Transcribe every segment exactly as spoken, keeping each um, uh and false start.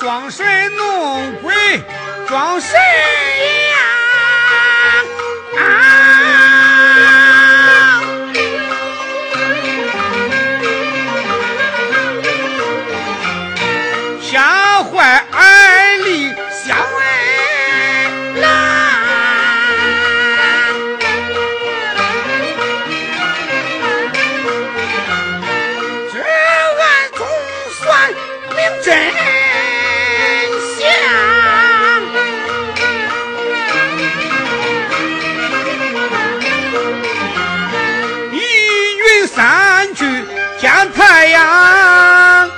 装神弄鬼，装神呀啊！吓坏二里小恩郎，这案总算明真相。一云三去见太阳，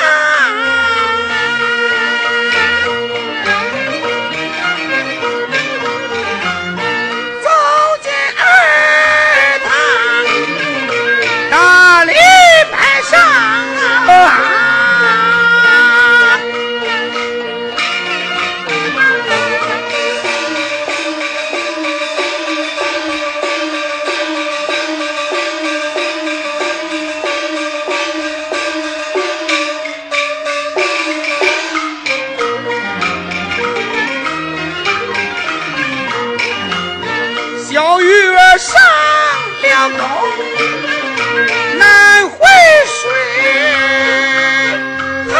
小鱼儿上了沟难回水啊！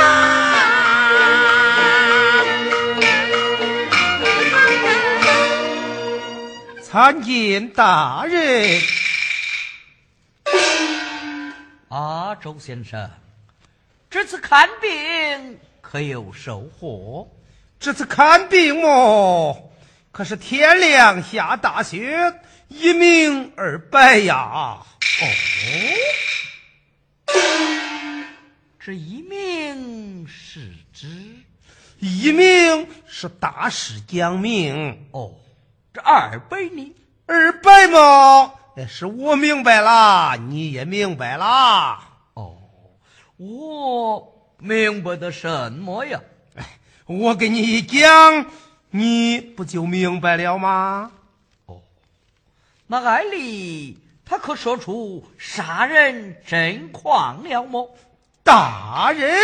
参见大人。 啊，周先生，这次看病可有收获？ 这次看病么？可是天亮下大雪，一明二白呀！哦， 这一明是指？ 一明是大事将明。 哦，这二白呢？ 二白嘛，是我明白了，你也明白了。 哦，我明白的什么呀？ 我给你一讲，你不就明白了吗？ 哦，那艾丽她可说出杀人真况了么？ 大人，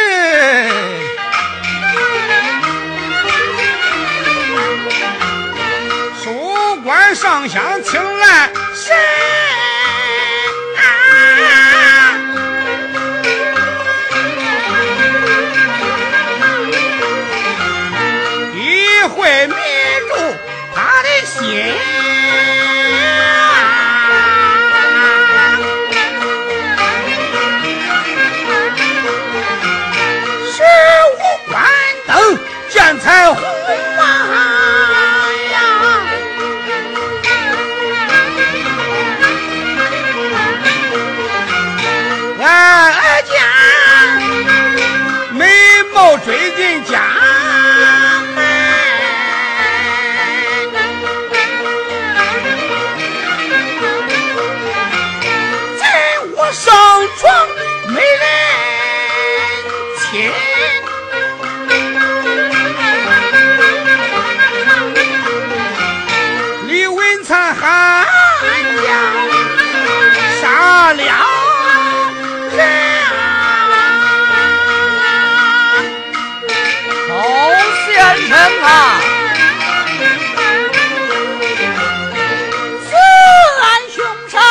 书官上香请来神啊，一会迷住他的心。见彩虹啊呀，俺家眉毛追进家门，在我上床没人亲。喊呀，杀了人啊！ 周先生啊， 此案凶手，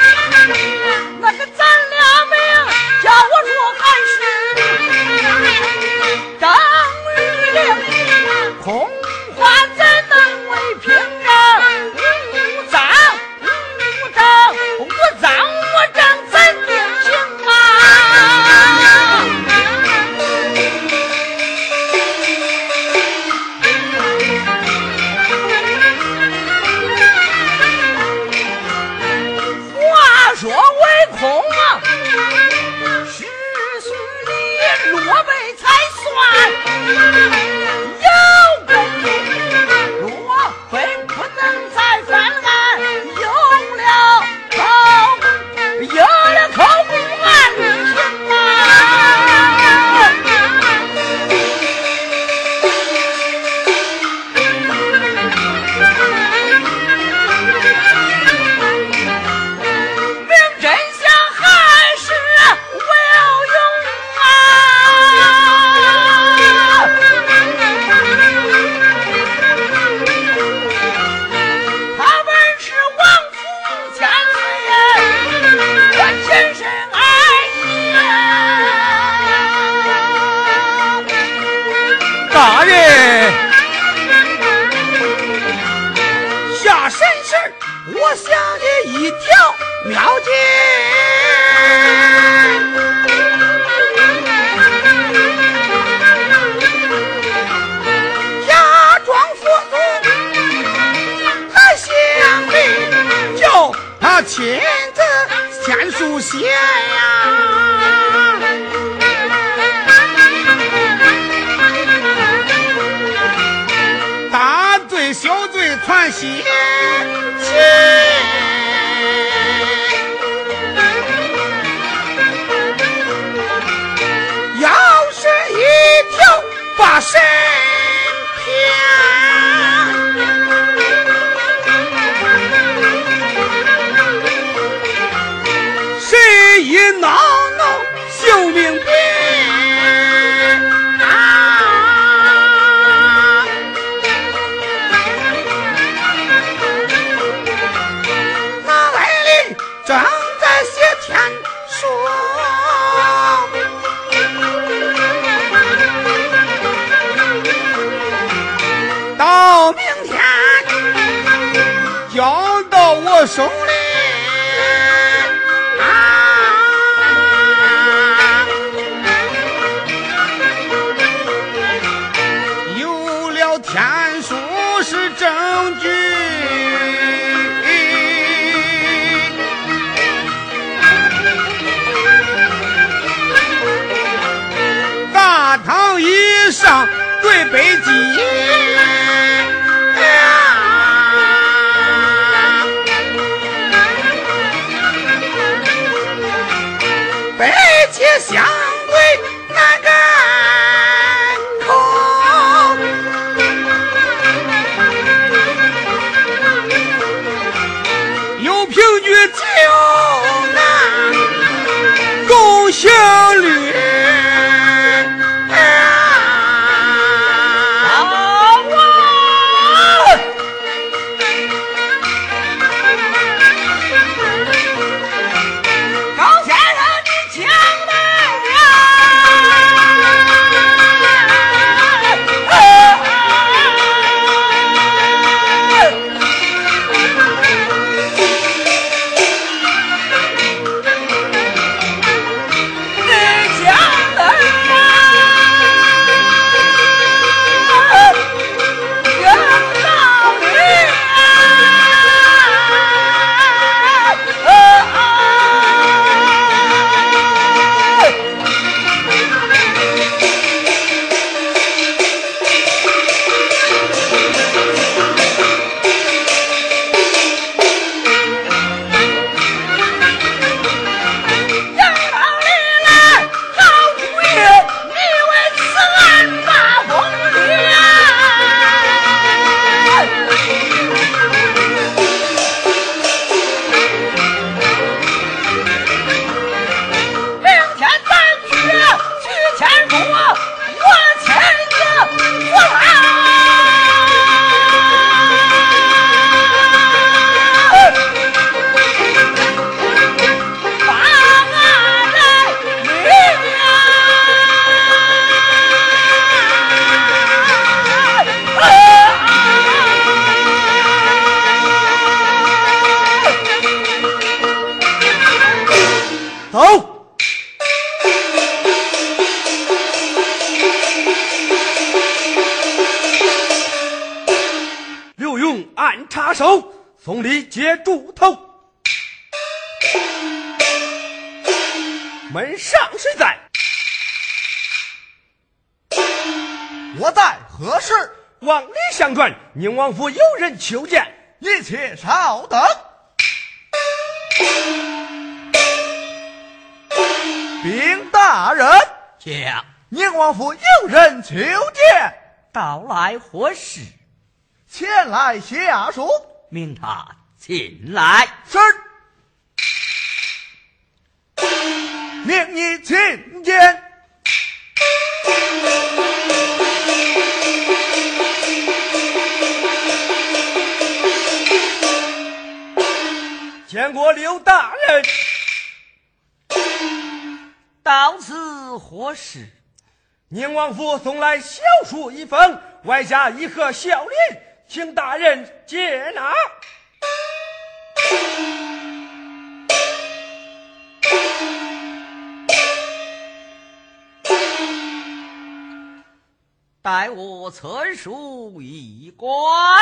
那个咱俩命，叫我若还是我想起一条妙计，假装佛祖还想必就他亲自签书写呀，大罪小罪传写起，要是一条把神骗，谁一闹闹救命病啊！那来临正在写天书，到明天交到我手里啊！有了天书是证据，大堂以上对北极北极相对南干口，有凭据就难共行律插手，送礼接猪头。门上谁在？ 我在，何事？ 往里相传，宁王府有人求见， 一切稍等。禀大人， 讲宁王府有人求见， 到来何时？ 前来下书， 命他进来。 是。命你请见。 见过刘大人。 到此何事？ 宁王府送来小书一封，外加一盒孝礼，请大人接纳。 待我测书一关。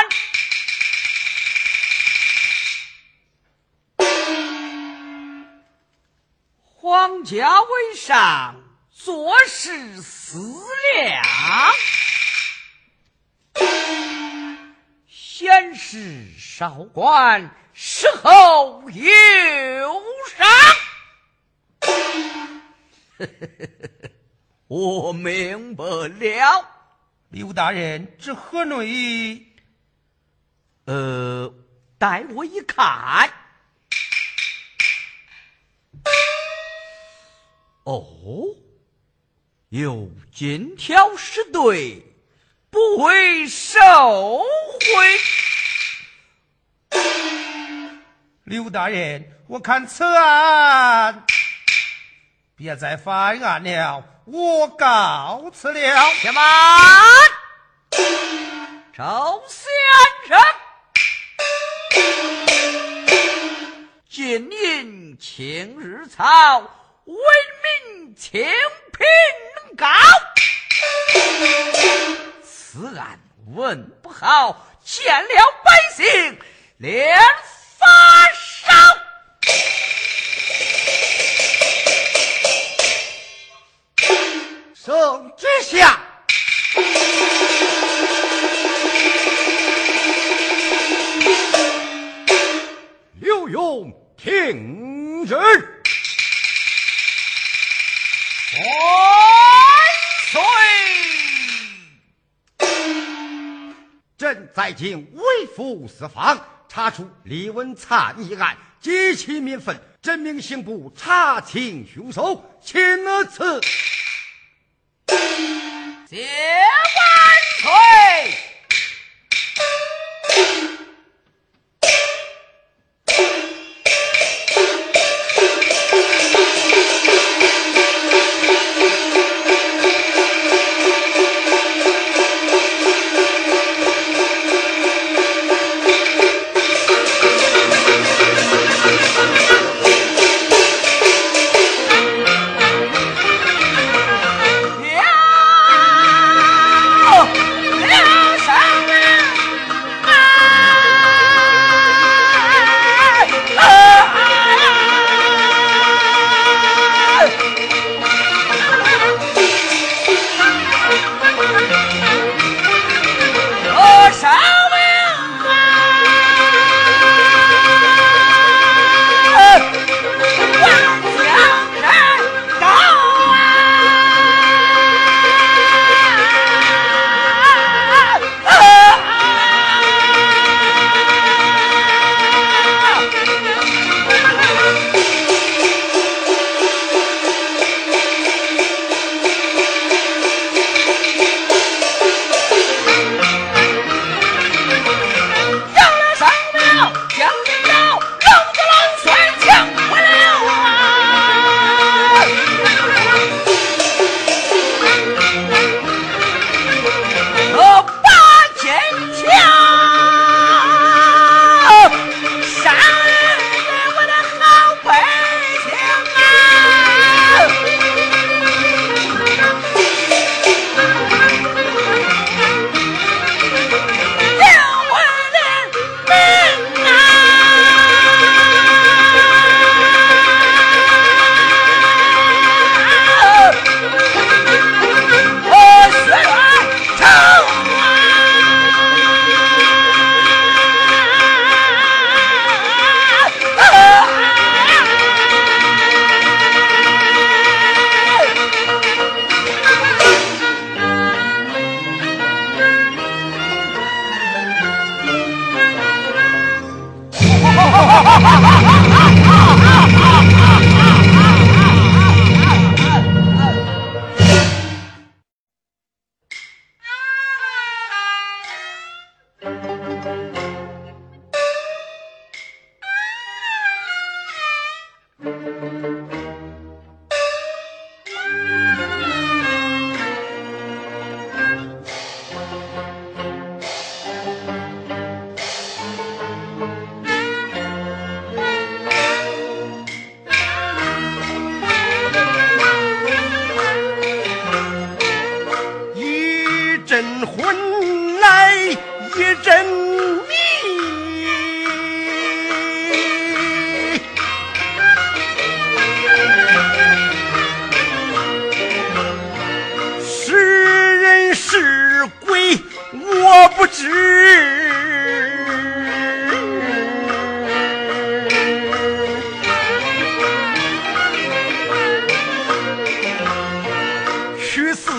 皇家为上，做事思量，显示少官，事后有赏。我明白了。 刘大人，这何内？ 呃，待我一看。哦，有金条是对，不会受贿。 刘大人，我看此案别再翻案了，我告辞了。 且慢，周先生，今因晴日草，为民清平告，此案文不好，见了百姓连发烧。 圣旨下。刘勇听旨。 万岁！ 朕在京微服私访，查出李文灿一案，激起民愤，朕命刑部查清凶手，钦此。 谢万岁！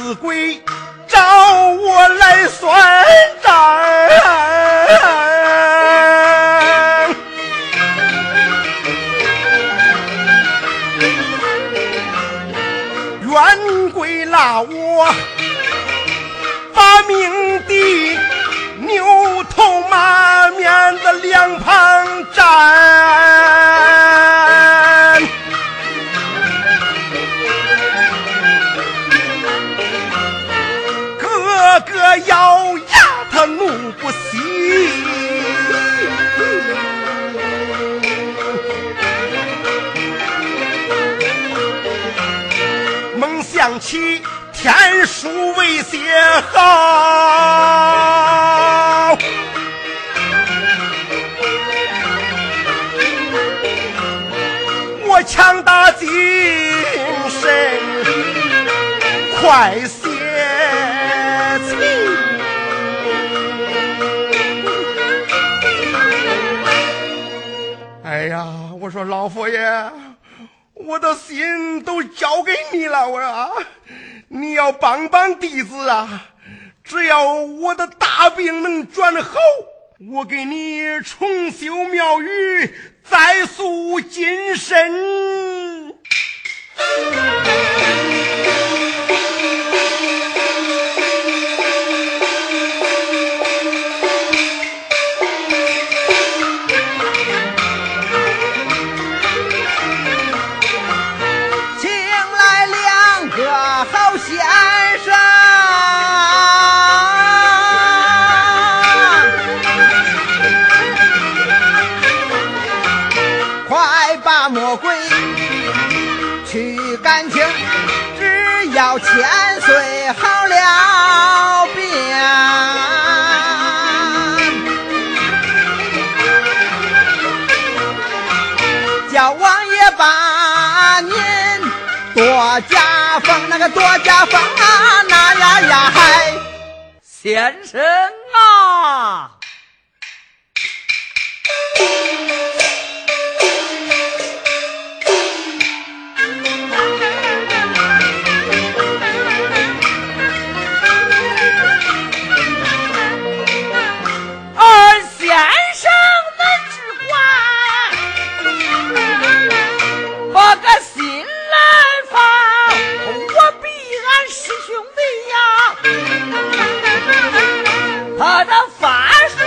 子鬼找我来算账。冤鬼拉我把命的牛头马面的两旁站，个个咬牙他怒不息，梦想起天书为写好，我强打精神快写情。哎呀，我说老佛爷，我的心都交给你了，我说你要帮帮弟子啊！只要我的大病能转好，我给你重修庙宇，再塑金身。 先生，快把魔鬼去干净，只要千岁好了病，叫王爷把您多加封，那个多加封啊，那呀呀嗨， 先生啊，二先生们只管把个心来放，我比俺师兄弟呀，他的法术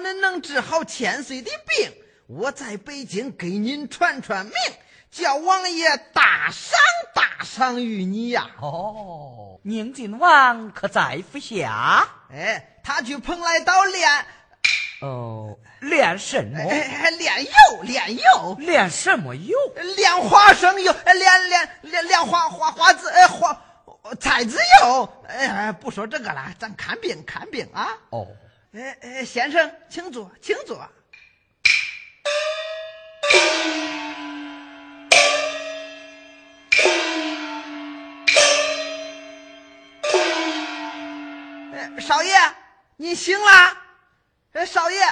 能能治好千岁的病，我在北京给您传传命，叫王爷大赏大赏于你呀。 哦，宁靖王可在府下？ 哎，他去蓬莱岛练。 哦，练什么？ 哎，练油，练油， 练什么油？ 练花生油，练练练练花花花子，哎花菜籽油。哎，不说这个了，咱看病看病啊。 哦， 哎哎，先生，请坐，请坐。哎，少爷，你醒了？哎，少爷。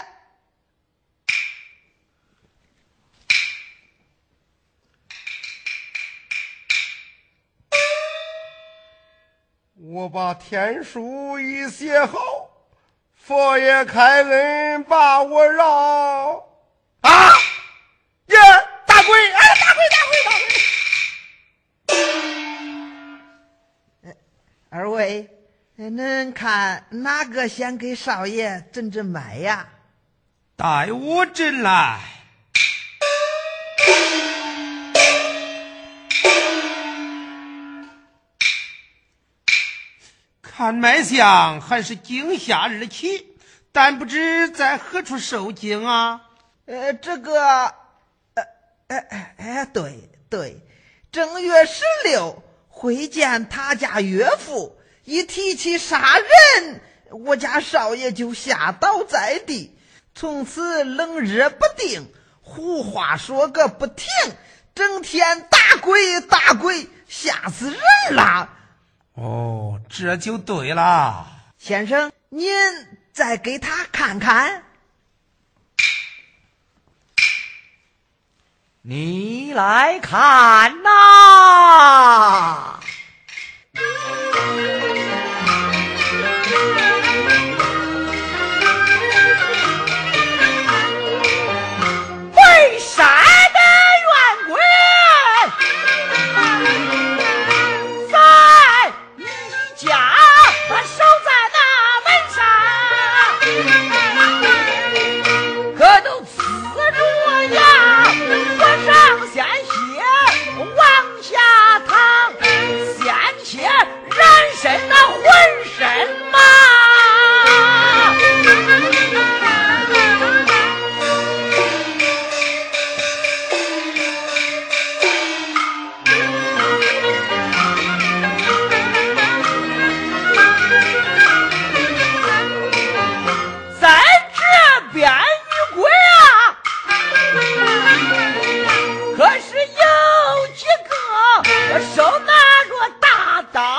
我把天书一写好，佛爷开恩把我饶。啊！耶，大鬼！哎，大鬼，大鬼，大鬼！二位，恁看哪个先给少爷诊诊脉呀？ 待我诊来。看脉象还是惊吓日起，但不知在何处受惊啊？ 呃，这个，呃，哎哎哎，对对，正月十六会见他家岳父，一提起杀人，我家少爷就吓倒在地，从此冷热不定，胡话说个不停，整天打鬼打鬼，吓死人了。 哦，这就对了。 先生，您再给他看看。 你来看呐！被杀的冤鬼在你家，他守在那门上，可都刺着呀，我上鲜血往下淌，鲜血染身那浑身嘛。手拿着大刀，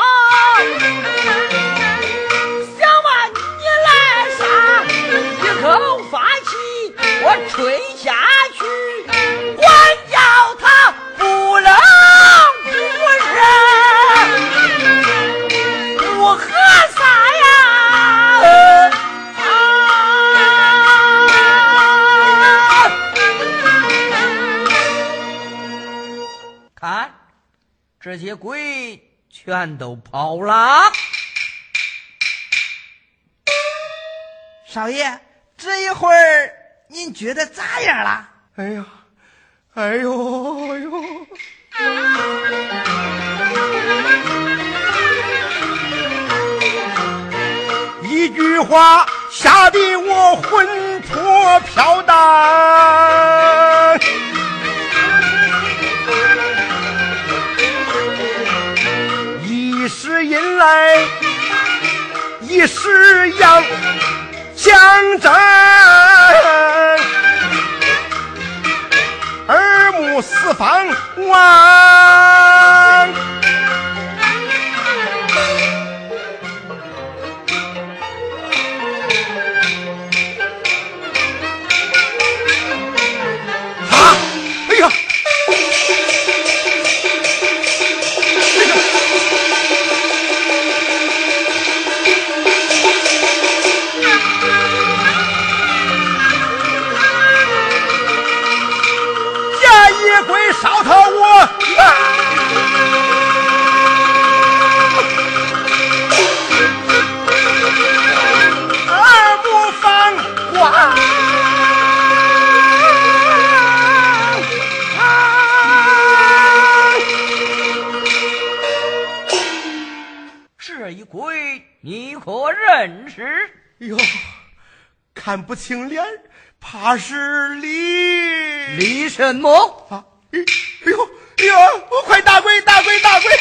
想把你来杀，一口发气我吹下去，管教他不冷不热，不喝啥呀？啊！看。这些鬼全都跑了。 少爷，这一会儿您觉得咋样了？ 哎呀，哎呦哎呦！一句话吓得我魂魄飘荡。一时阴来，一时阳，相争，耳目四方望。啊！哎呀！烧他我啊！ 你可认识？ 哟，看不清脸，怕是李李什么？ 啊！哎呦哎呦，我快打鬼打鬼打鬼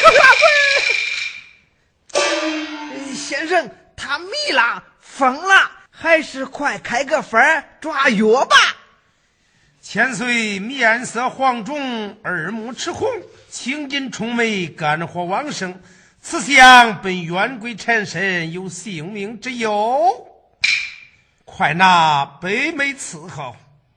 打鬼！ 先生，他迷了，疯了，还是快开个分抓药吧。 千岁面色黄肿，耳目赤红，青筋冲眉，肝火旺盛，此相本冤鬼缠身，有性命之忧。快拿北美伺候。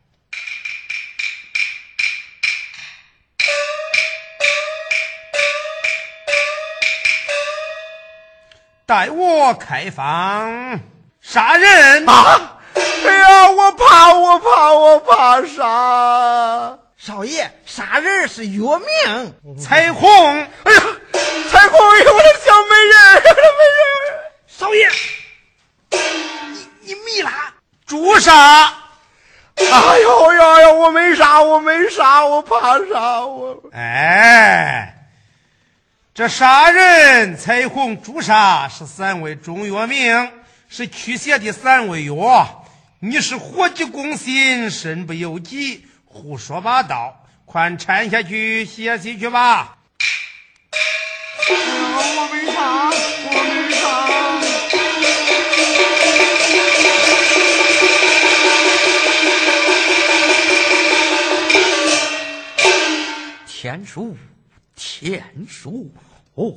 待我开方杀人啊！哎呀，我怕我怕我怕杀！ 少爷，杀人是药命。 彩虹， 哎呀，彩虹，我的小美人，我的美人！ 少爷，你你迷了？ 诛杀！ 哎呦呦呦，我没杀，我没杀，我怕杀我。 哎。这杀人、彩虹、诛杀是三味中药名，是驱邪的三味药。你是火急攻心，身不由己，胡说八道，快掺下去歇息去吧。 哎呀，我没杀，我没杀。 天书，天书。哦，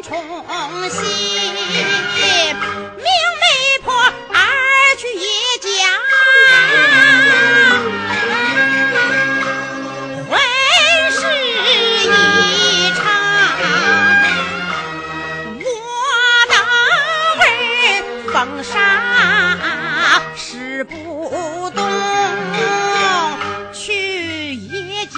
冲喜，明媒婆儿去叶家，婚事一场，我等儿封杀是不动，去叶家。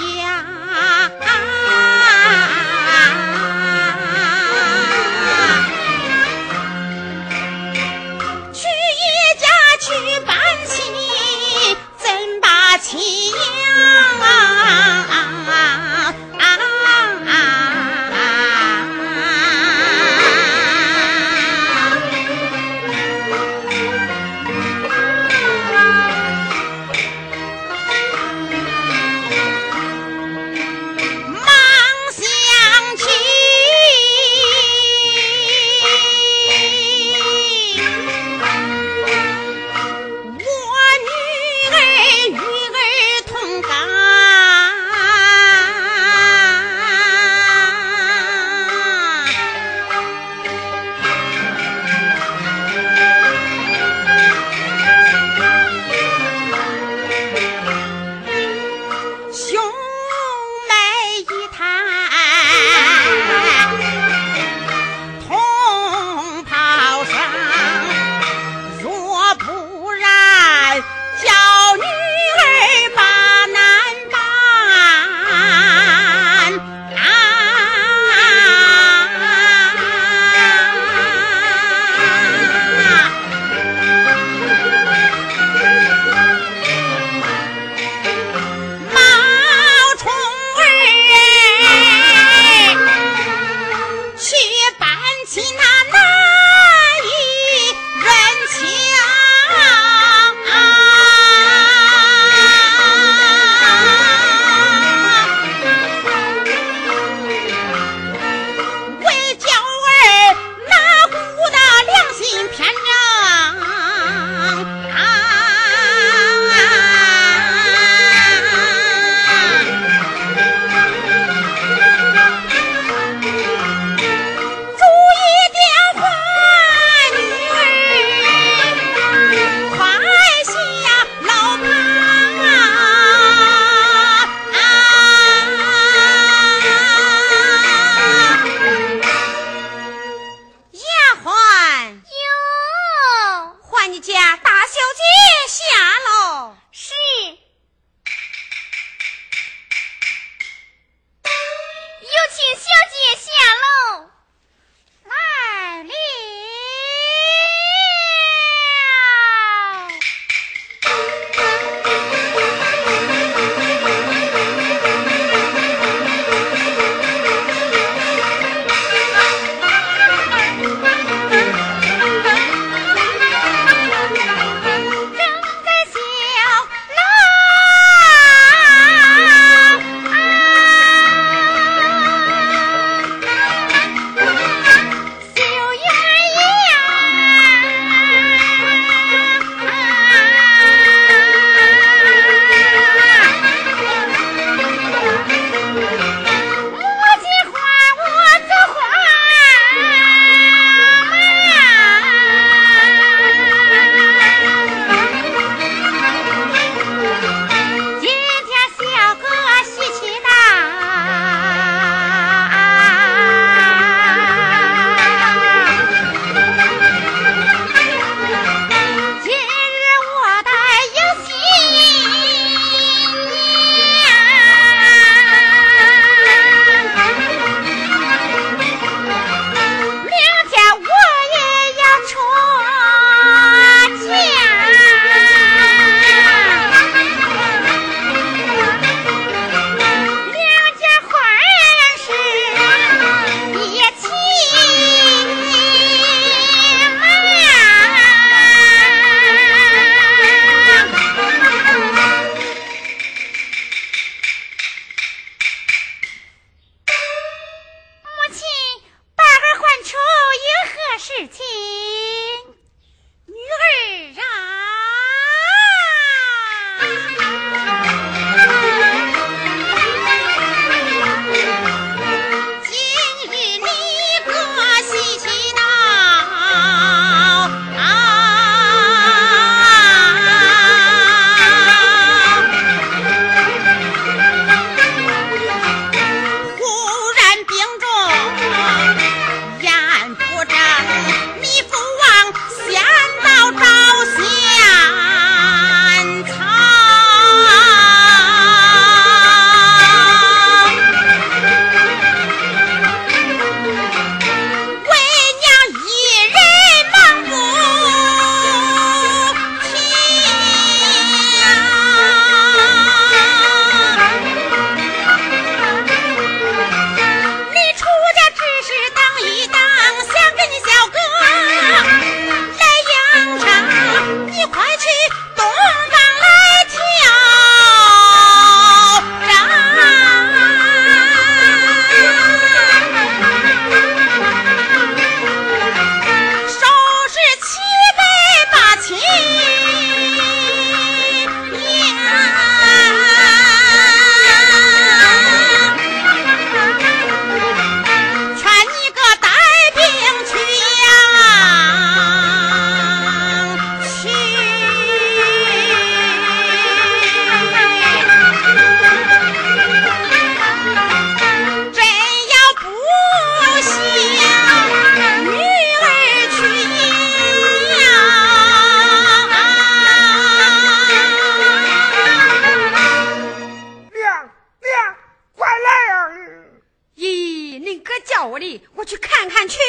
叫我哩，我去看看去。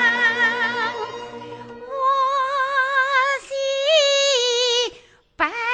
白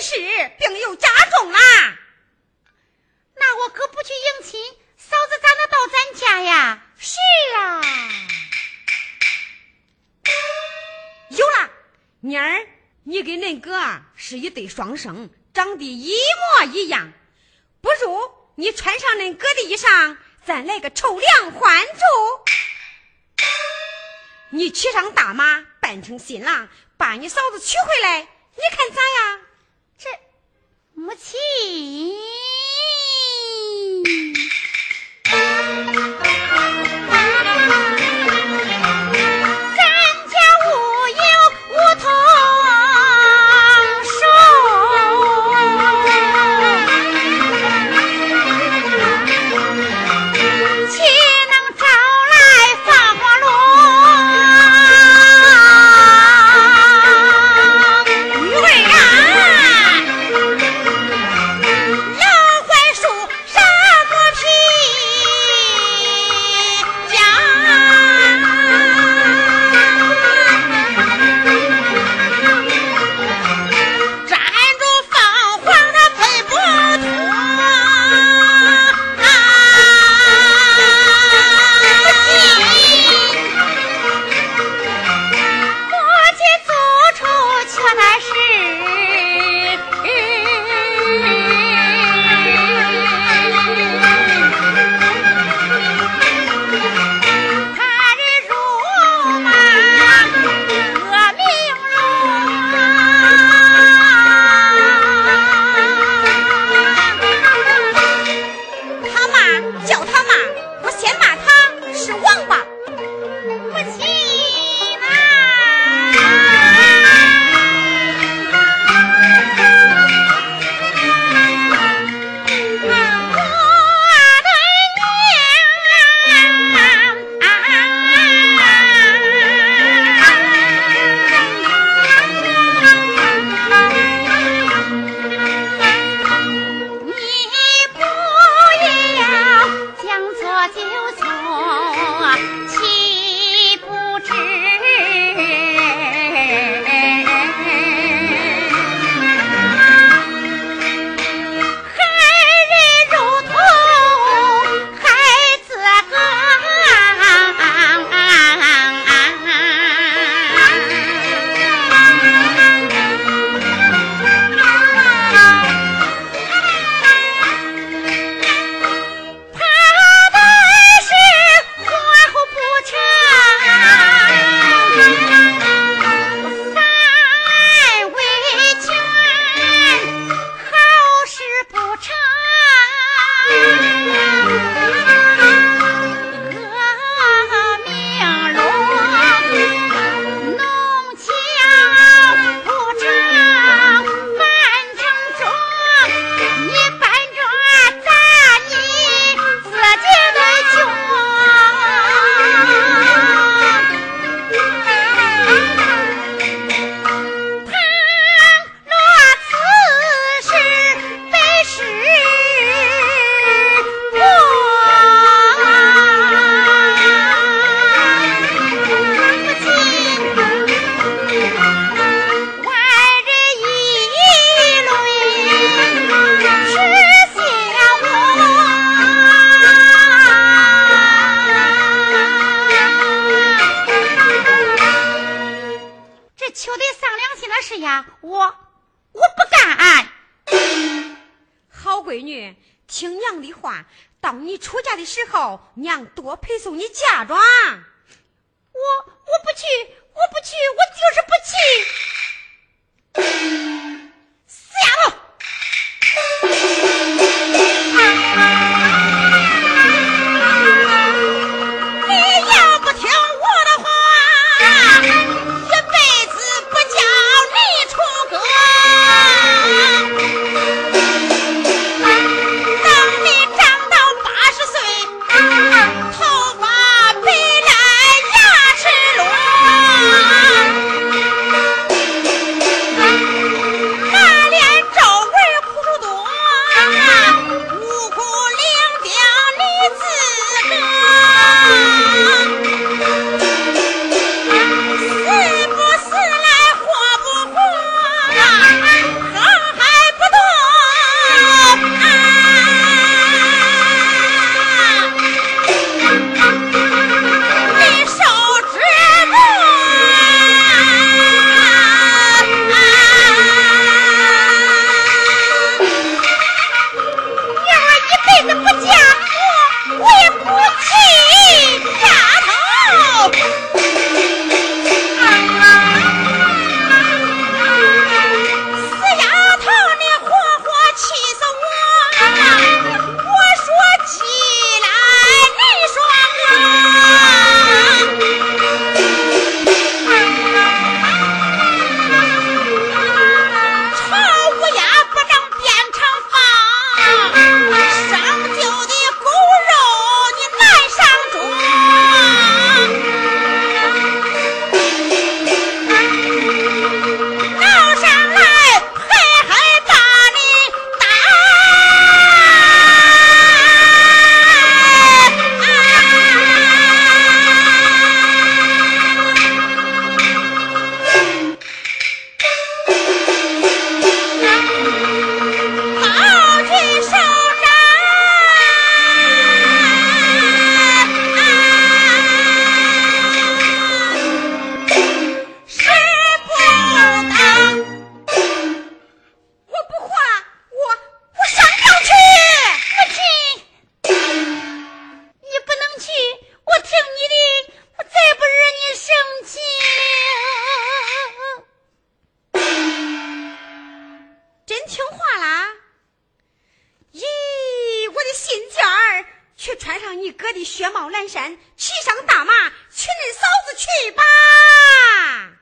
事病又加重啦。那我可不去迎亲，嫂子咋能到咱家呀？是啊， 有了，妮儿，你跟恁哥啊是一对双生，长得一模一样，不如你穿上恁哥的衣裳，咱来个筹量欢祝。你骑上大马，扮成新郎，把你嫂子娶回来，你看咋样？ 这母亲。 听娘的话，当你出嫁的时候，娘多陪送你嫁妆。 我我不去，我不去，我就是不去。死丫头！你要不听我的话，一辈子不叫你出阁。等你长到八十岁，头发白来牙齿落， 听话啦？咦，我的信件儿，去穿上你哥的雪帽蓝衫，骑上大马，娶恁嫂子去吧。